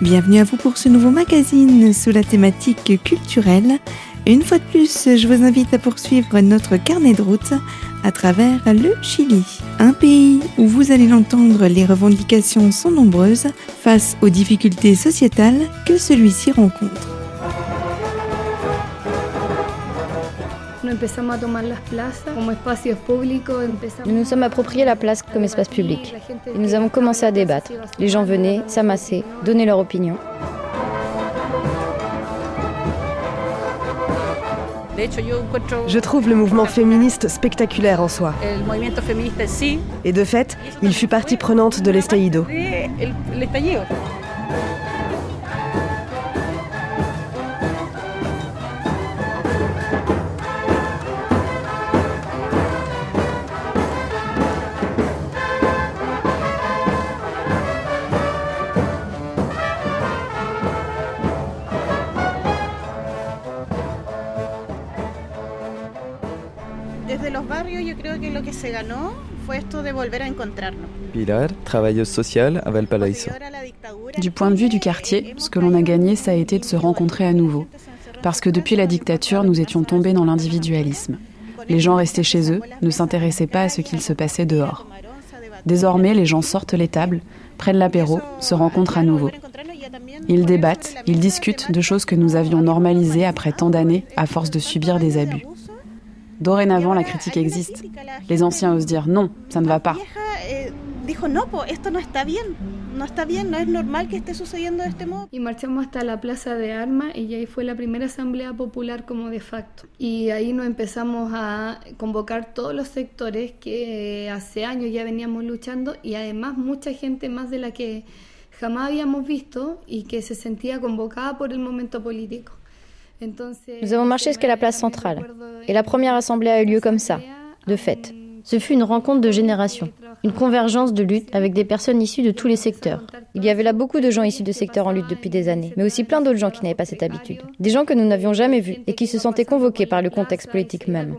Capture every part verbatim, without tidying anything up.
Bienvenue à vous pour ce nouveau magazine sous la thématique culturelle. Une fois de plus, je vous invite à poursuivre notre carnet de route à travers le Chili. Un pays où, vous allez l'entendre, les revendications sont nombreuses face aux difficultés sociétales que celui-ci rencontre. Nous nous sommes appropriés la place comme espace public. Et nous avons commencé à débattre. Les gens venaient, s'amassaient, donnaient leur opinion. Je trouve le mouvement féministe spectaculaire en soi. Et de fait, il fut partie prenante de l'estallido. Pilar, travailleuse sociale à Valparaíso. Du point de vue du quartier, ce que l'on a gagné, ça a été de se rencontrer à nouveau. Parce que depuis la dictature, nous étions tombés dans l'individualisme. Les gens restaient chez eux, ne s'intéressaient pas à ce qu'il se passait dehors. Désormais, les gens sortent les tables, prennent l'apéro, se rencontrent à nouveau. Ils débattent, ils discutent de choses que nous avions normalisées après tant d'années à force de subir des abus. Dorénavant, la critique existe. Les anciens osent dire non, ça ne va pas. Y marchamos hasta la Plaza de Armas y ahí fue la primera asamblea popular como de facto. Y ahí nos empezamos a convocar todos los sectores que hace años ya veníamos luchando y además mucha gente más de la que jamás habíamos visto y que se sentía convocada por el momento político. Nous avons marché jusqu'à la place centrale. Et la première assemblée a eu lieu comme ça, de fait. Ce fut une rencontre de générations, une convergence de lutte avec des personnes issues de tous les secteurs. Il y avait là beaucoup de gens issus de secteurs en lutte depuis des années, mais aussi plein d'autres gens qui n'avaient pas cette habitude. Des gens que nous n'avions jamais vus et qui se sentaient convoqués par le contexte politique même.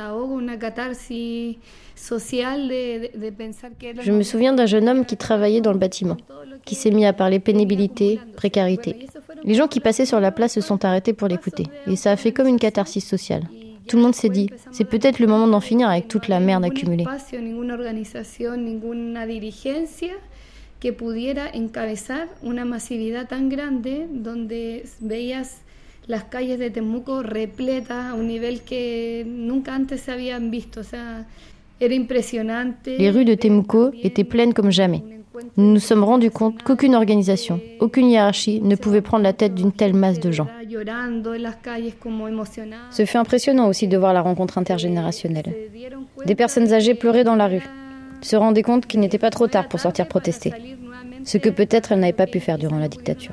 Je me souviens d'un jeune homme qui travaillait dans le bâtiment, qui s'est mis à parler pénibilité, précarité. Les gens qui passaient sur la place se sont arrêtés pour l'écouter, et ça a fait comme une catharsis sociale. Tout le monde s'est dit, c'est peut-être le moment d'en finir avec toute la merde accumulée. Que pudiera encabezar una masividad tan grande donde veías las calles de Temuco repletas a un nivel que nunca antes se habían visto, o sea, era impresionante. Les rues de Temuco étaient pleines comme jamais. Nous nous sommes rendus compte qu'aucune organisation, aucune hiérarchie ne pouvait prendre la tête d'une telle masse de gens. Ce fut impressionnant aussi de voir la rencontre intergénérationnelle. Des personnes âgées pleuraient dans la rue, se rendaient compte qu'il n'était pas trop tard pour sortir protester, ce que peut-être elles n'avaient pas pu faire durant la dictature.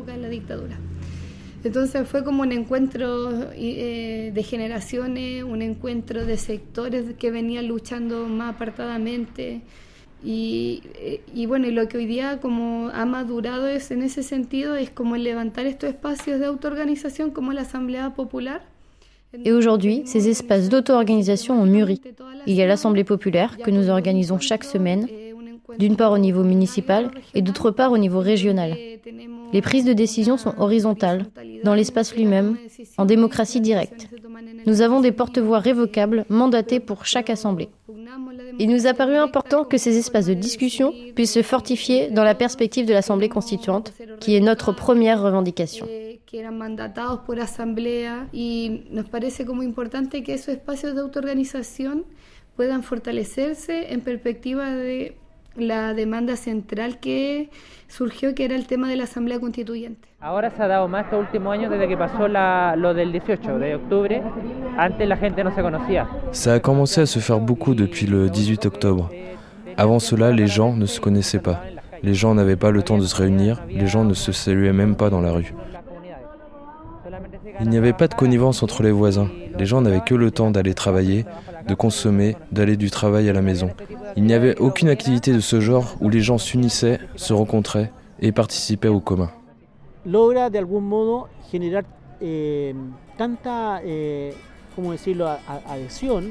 Entonces fue como un encuentro de generaciones, un encuentro de sectores que venían luchando más apartadamente. Y, y bueno, y lo que hoy día como ha madurado es, en ese sentido es como el levantar estos espacios de autoorganización como la Asamblea Popular. Et aujourd'hui, ces espaces d'auto-organisation ont mûri. Il y a l'Assemblée populaire que nous organisons chaque semaine, d'une part au niveau municipal et d'autre part au niveau régional. Les prises de décision sont horizontales, dans l'espace lui-même, en démocratie directe. Nous avons des porte-voix révocables mandatés pour chaque assemblée. Il nous a paru important que ces espaces de discussion puissent se fortifier dans la perspective de l'Assemblée constituante, qui est notre première revendication. Que eran mandatados por asamblea y nos parece como importante que esos espacios de autoorganización puedan fortalecerse en perspectiva de la demanda central que surgió, que era el tema de la asamblea constituyente. Ahora se ha dado más estos últimos años desde que pasó la, lo del dieciocho de octubre. Antes la gente no se conocía. Ça a commencé à se faire beaucoup depuis le dix-huit octobre. Avant cela, les gens ne se connaissaient pas. Les gens n'avaient pas le temps de se réunir. Les gens ne se saluaient même pas dans la rue. Il n'y avait pas de connivence entre les voisins. Les gens n'avaient que le temps d'aller travailler, de consommer, d'aller du travail à la maison. Il n'y avait aucune activité de ce genre où les gens s'unissaient, se rencontraient et participaient au commun. Logra de algún modo generar eh, tanta, eh, ¿cómo decirlo?, adhesión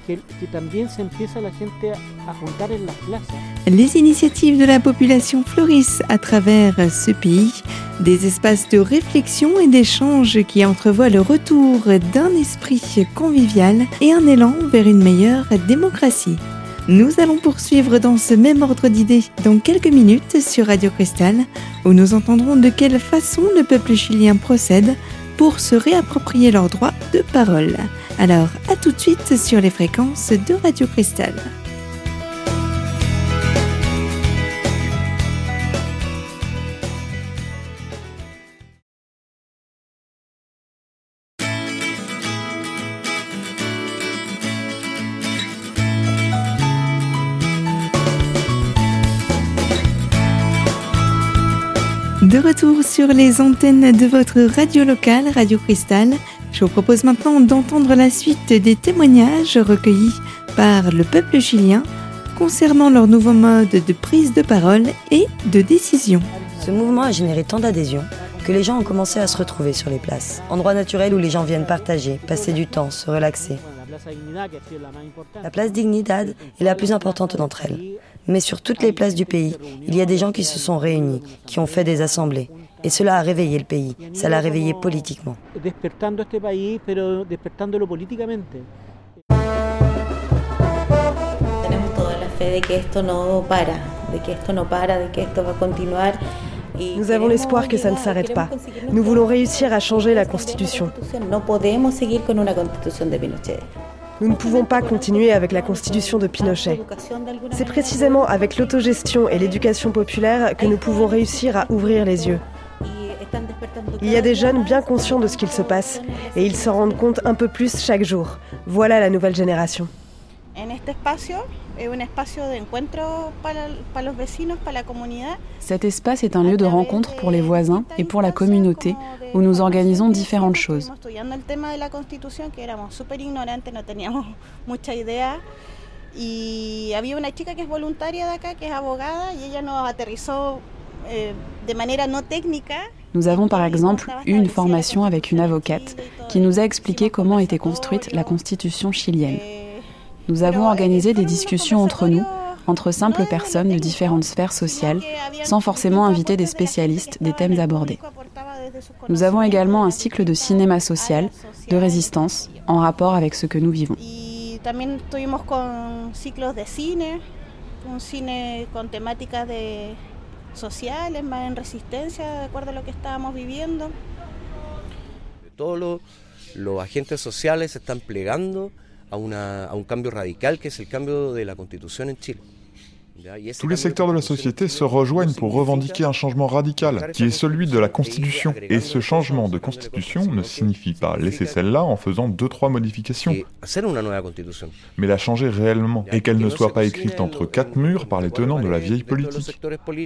que, que también se empieza la gente a, a juntar en las plazas. Les initiatives de la population fleurissent à travers ce pays, des espaces de réflexion et d'échange qui entrevoient le retour d'un esprit convivial et un élan vers une meilleure démocratie. Nous allons poursuivre dans ce même ordre d'idées dans quelques minutes sur Radio Cristal, où nous entendrons de quelle façon le peuple chilien procède pour se réapproprier leurs droits de parole. Alors, à tout de suite sur les fréquences de Radio Cristal. De retour sur les antennes de votre radio locale, Radio Cristal, je vous propose maintenant d'entendre la suite des témoignages recueillis par le peuple chilien concernant leur nouveau mode de prise de parole et de décision. Ce mouvement a généré tant d'adhésions que les gens ont commencé à se retrouver sur les places, endroits naturels où les gens viennent partager, passer du temps, se relaxer. La place Dignidad est la plus importante d'entre elles. Mais sur toutes les places du pays, il y a des gens qui se sont réunis, qui ont fait des assemblées. Et cela a réveillé le pays, ça l'a réveillé politiquement. Despertando este país, pero despertándolo políticamente. Tenemos toda la fe de que esto no para, de que esto no para, de que esto va a continuar. Nous avons l'espoir que ça ne s'arrête pas. Nous voulons réussir à changer la Constitution. No podemos seguir con una Constitución de Pinochet. Nous ne pouvons pas continuer avec la constitution de Pinochet. C'est précisément avec l'autogestion et l'éducation populaire que nous pouvons réussir à ouvrir les yeux. Il y a des jeunes bien conscients de ce qu'il se passe et ils s'en rendent compte un peu plus chaque jour. Voilà la nouvelle génération. Cet espace est un lieu de rencontre pour les voisins et pour la communauté où nous organisons différentes choses. Nous avons par exemple eu une formation avec une avocate qui nous a expliqué comment était construite la Constitution chilienne. Nous avons organisé des discussions entre nous, entre simples personnes de différentes sphères sociales, sans forcément inviter des spécialistes des thèmes abordés. Nous avons également un cycle de cinéma social, de résistance, en rapport avec ce que nous vivons. Todos los, los agentes sociales se están plegando a, una, a un cambio radical que es el cambio de la Constitución en Chile. Tous les secteurs de la société se rejoignent pour revendiquer un changement radical, qui est celui de la Constitution. Et ce changement de Constitution ne signifie pas laisser celle-là en faisant deux, trois modifications, mais la changer réellement, et qu'elle ne soit pas écrite entre quatre murs par les tenants de la vieille politique.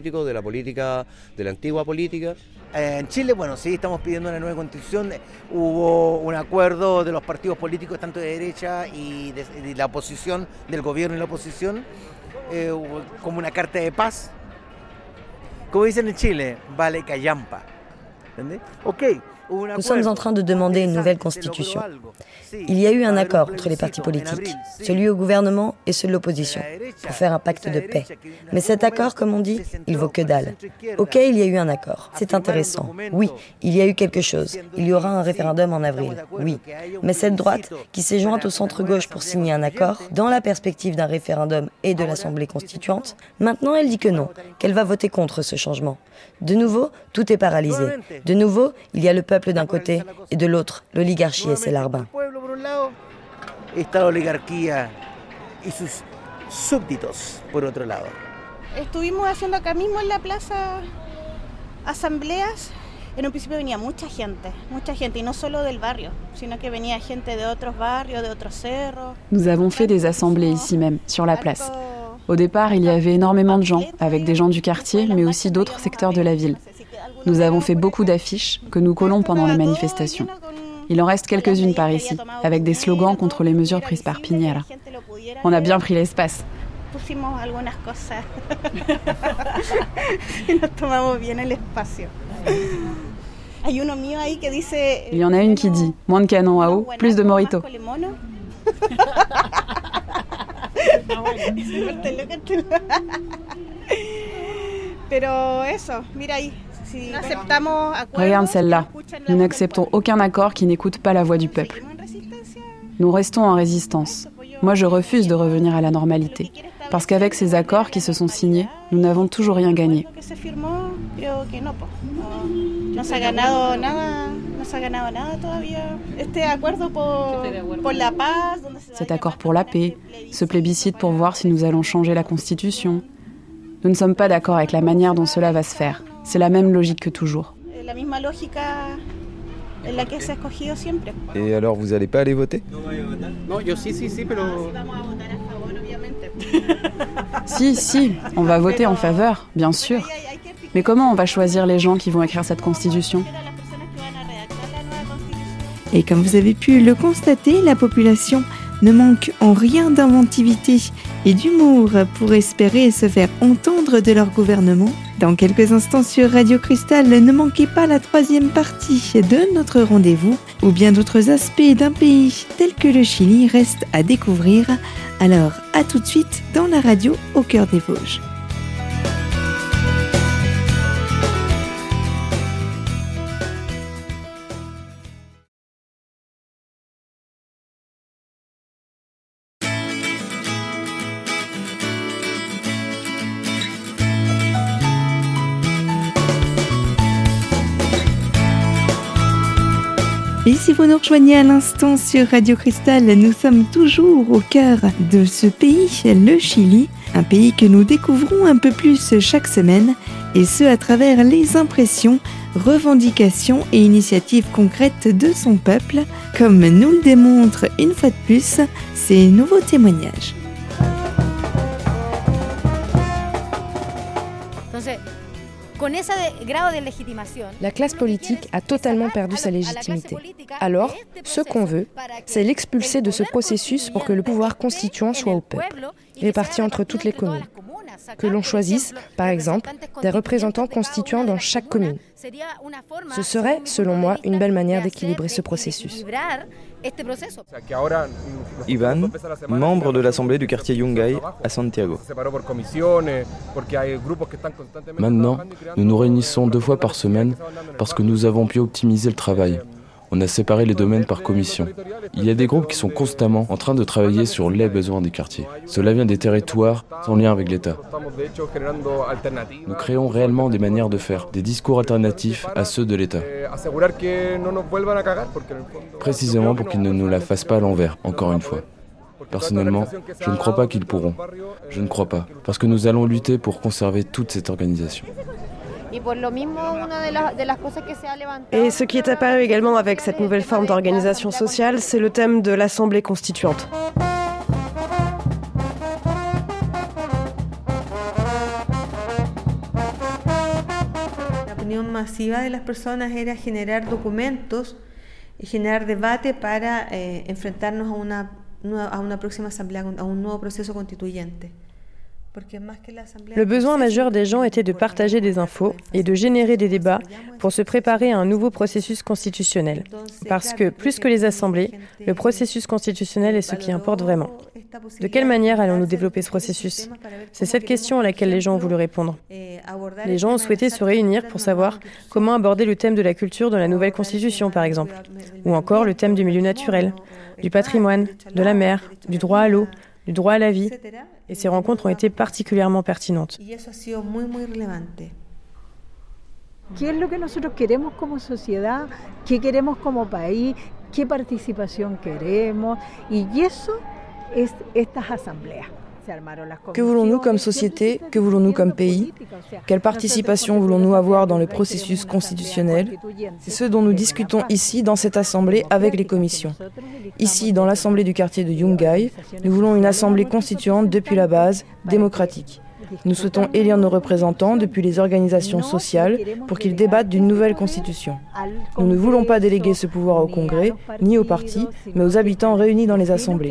En Chile, bueno, sí, estamos pidiendo una nueva constitución. Hubo un acuerdo de los partidos políticos, tanto de derecha y de, de la oposición, del gobierno y la oposición, eh, como una carta de paz. Como dicen en Chile, vale callampa. ¿Entendés? Ok. Nous sommes en train de demander une nouvelle constitution. Il y a eu un accord entre les partis politiques, celui au gouvernement et ceux de l'opposition, pour faire un pacte de paix. Mais cet accord, comme on dit, il vaut que dalle. Ok, il y a eu un accord. C'est intéressant. Oui, il y a eu quelque chose. Il y aura un référendum en avril. Oui. Mais cette droite, qui s'est jointe au centre-gauche pour signer un accord, dans la perspective d'un référendum et de l'Assemblée constituante, maintenant elle dit que non, qu'elle va voter contre ce changement. De nouveau, tout est paralysé. De nouveau, il y a le peuple d'un côté et de l'autre, l'oligarchie et ses larbins. Está la oligarquía y sus súbditos por otro lado. Estuvimos haciendo acá mismo en la plaza asambleas. En un principio venía mucha gente, mucha gente, y no solo del barrio, sino que venía gente de otros barrios, de otros cerros. Nous avons fait des assemblées ici même, sur la place. Au départ, il y avait énormément de gens, avec des gens du quartier, mais aussi d'autres secteurs de la ville. Nous avons fait beaucoup d'affiches que nous collons pendant les manifestations. Il en reste quelques-unes par ici, avec des slogans contre les mesures prises par Piñera. On a bien pris l'espace. Il y en a une qui dit « Moins de canons à eau, plus de moritos ». Regarde celle-là. Nous n'acceptons aucun accord qui n'écoute pas la voix du peuple. Nous restons en résistance. Moi, je refuse de revenir à la normalité. Parce qu'avec ces accords qui se sont signés, nous n'avons toujours rien gagné. Cet accord pour la paix, ce plébiscite pour voir si nous allons changer la Constitution. Nous ne sommes pas d'accord avec la manière dont cela va se faire. C'est la même logique que toujours. Et alors, vous n'allez pas aller voter? Non, yo sí, sí, sí, pero... Si, si, on va voter en faveur, bien sûr. Mais comment on va choisir les gens qui vont écrire cette constitution? Et comme vous avez pu le constater, la population ne manque en rien d'inventivité et d'humour pour espérer se faire entendre de leur gouvernement. Dans quelques instants sur Radio Cristal, ne manquez pas la troisième partie de notre rendez-vous, où bien d'autres aspects d'un pays tel que le Chili restent à découvrir. Alors, à tout de suite dans la radio au cœur des Vosges. Et si vous nous rejoignez à l'instant sur Radio Cristal, nous sommes toujours au cœur de ce pays, le Chili, un pays que nous découvrons un peu plus chaque semaine, et ce à travers les impressions, revendications et initiatives concrètes de son peuple, comme nous le démontrent une fois de plus ces nouveaux témoignages. La classe politique a totalement perdu sa légitimité. Alors, ce qu'on veut, c'est l'expulser de ce processus pour que le pouvoir constituant soit au peuple, réparti entre toutes les communes. Que l'on choisisse, par exemple, des représentants constituants dans chaque commune. Ce serait, selon moi, une belle manière d'équilibrer ce processus. Ivan, membre de l'Assemblée du quartier Yungay à Santiago. Maintenant, nous nous réunissons deux fois par semaine parce que nous avons pu optimiser le travail. On a séparé les domaines par commission. Il y a des groupes qui sont constamment en train de travailler sur les besoins du quartier. Cela vient des territoires sans lien avec l'État. Nous créons réellement des manières de faire, des discours alternatifs à ceux de l'État. Précisément pour qu'ils ne nous la fassent pas à l'envers, encore une fois. Personnellement, je ne crois pas qu'ils pourront. Je ne crois pas, parce que nous allons lutter pour conserver toute cette organisation. Et ce qui est apparu également avec cette nouvelle forme d'organisation sociale, c'est le thème de l'Assemblée constituante. La opinión masiva de las personas era generar documentos y generar debate para eh, enfrentarnos a una, a una próxima asamblea, a un nuevo proceso constituyente. Le besoin majeur des gens était de partager des infos et de générer des débats pour se préparer à un nouveau processus constitutionnel. Parce que, plus que les assemblées, le processus constitutionnel est ce qui importe vraiment. De quelle manière allons-nous développer ce processus? C'est cette question à laquelle les gens ont voulu répondre. Les gens ont souhaité se réunir pour savoir comment aborder le thème de la culture dans la nouvelle constitution, par exemple. Ou encore le thème du milieu naturel, du patrimoine, de la mer, du droit à l'eau, du droit à la vie. Et ces rencontres ont été particulièrement pertinentes. ¿Qué es lo que nosotros queremos como sociedad? ¿Qué queremos como país? ¿Qué participación queremos? Y eso es estas asambleas. Que voulons-nous comme société? Que voulons-nous comme pays? Quelle participation voulons-nous avoir dans le processus constitutionnel? C'est ce dont nous discutons ici dans cette assemblée avec les commissions. Ici, dans l'assemblée du quartier de Yungay, nous voulons une assemblée constituante depuis la base, démocratique. Nous souhaitons élire nos représentants depuis les organisations sociales pour qu'ils débattent d'une nouvelle constitution. Nous ne voulons pas déléguer ce pouvoir au Congrès, ni aux partis, mais aux habitants réunis dans les assemblées.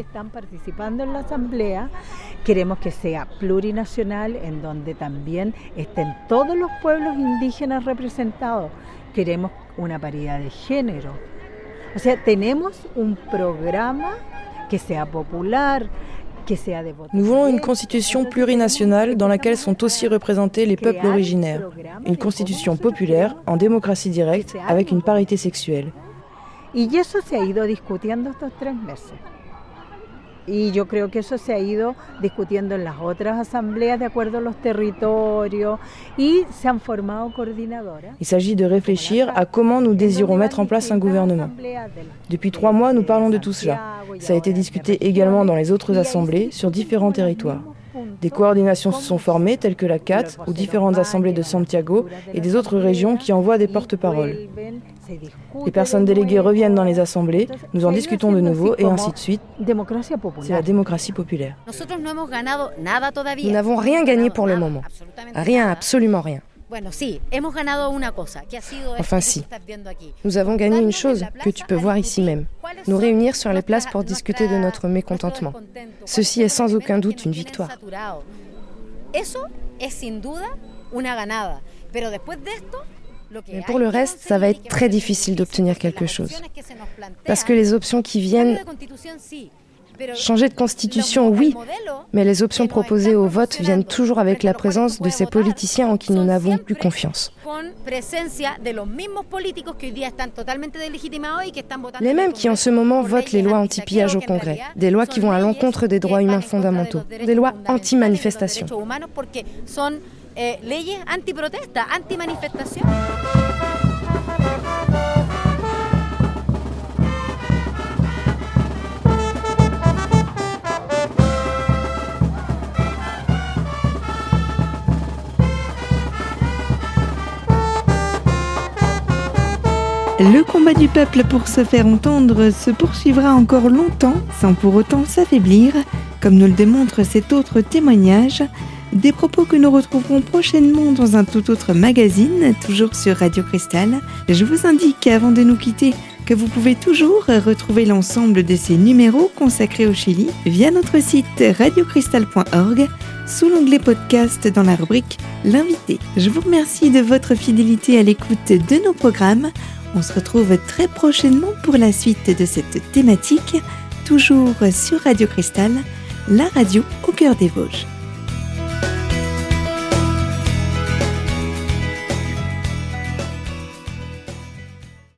Queremos que sea plurinacional, en donde también estén todos los pueblos indígenas representados. Queremos una paridad de género. O sea, tenemos un programa que sea popular, Nous voulons une constitution plurinationale dans laquelle sont aussi représentés les peuples originaires. Une constitution populaire, en démocratie directe, avec une parité sexuelle. Y eso se ha ido discutiendo estos tres meses. Y yo creo que eso se ha ido discutiendo en las otras asambleas de acuerdo a los territorios y se han formado coordinadoras. Il s'agit de réfléchir à comment nous désirons mettre en place un gouvernement. Depuis trois mois, nous parlons de tout cela. Ça a été discuté également dans les autres assemblées sur différents territoires. Des coordinations se sont formées, telles que la C A T ou différentes assemblées de Santiago et des autres régions qui envoient des porte-paroles. Les personnes déléguées reviennent dans les assemblées, nous en discutons de nouveau et ainsi de suite. C'est la démocratie populaire. Nous n'avons rien gagné pour le moment. Rien, absolument rien. Enfin si, nous avons gagné une chose que tu peux voir ici même, nous réunir sur les places pour discuter de notre mécontentement. Ceci est sans aucun doute une victoire. Mais pour le reste, ça va être très difficile d'obtenir quelque chose. Parce que les options qui viennent... Changer de constitution, oui, mais les options proposées au vote viennent toujours avec la présence de ces politiciens en qui nous n'avons plus confiance. Les mêmes qui en ce moment votent les lois anti-pillage au Congrès, des lois qui vont à l'encontre des droits humains fondamentaux, des lois anti-manifestation. Le combat du peuple pour se faire entendre se poursuivra encore longtemps sans pour autant s'affaiblir, comme nous le démontre cet autre témoignage, des propos que nous retrouverons prochainement dans un tout autre magazine, toujours sur Radio Cristal. Je vous indique avant de nous quitter que vous pouvez toujours retrouver l'ensemble de ces numéros consacrés au Chili via notre site radio cristal point org sous l'onglet podcast dans la rubrique L'invité. Je vous remercie de votre fidélité à l'écoute de nos programmes. On se retrouve très prochainement pour la suite de cette thématique, toujours sur Radio Cristal, la radio au cœur des Vosges.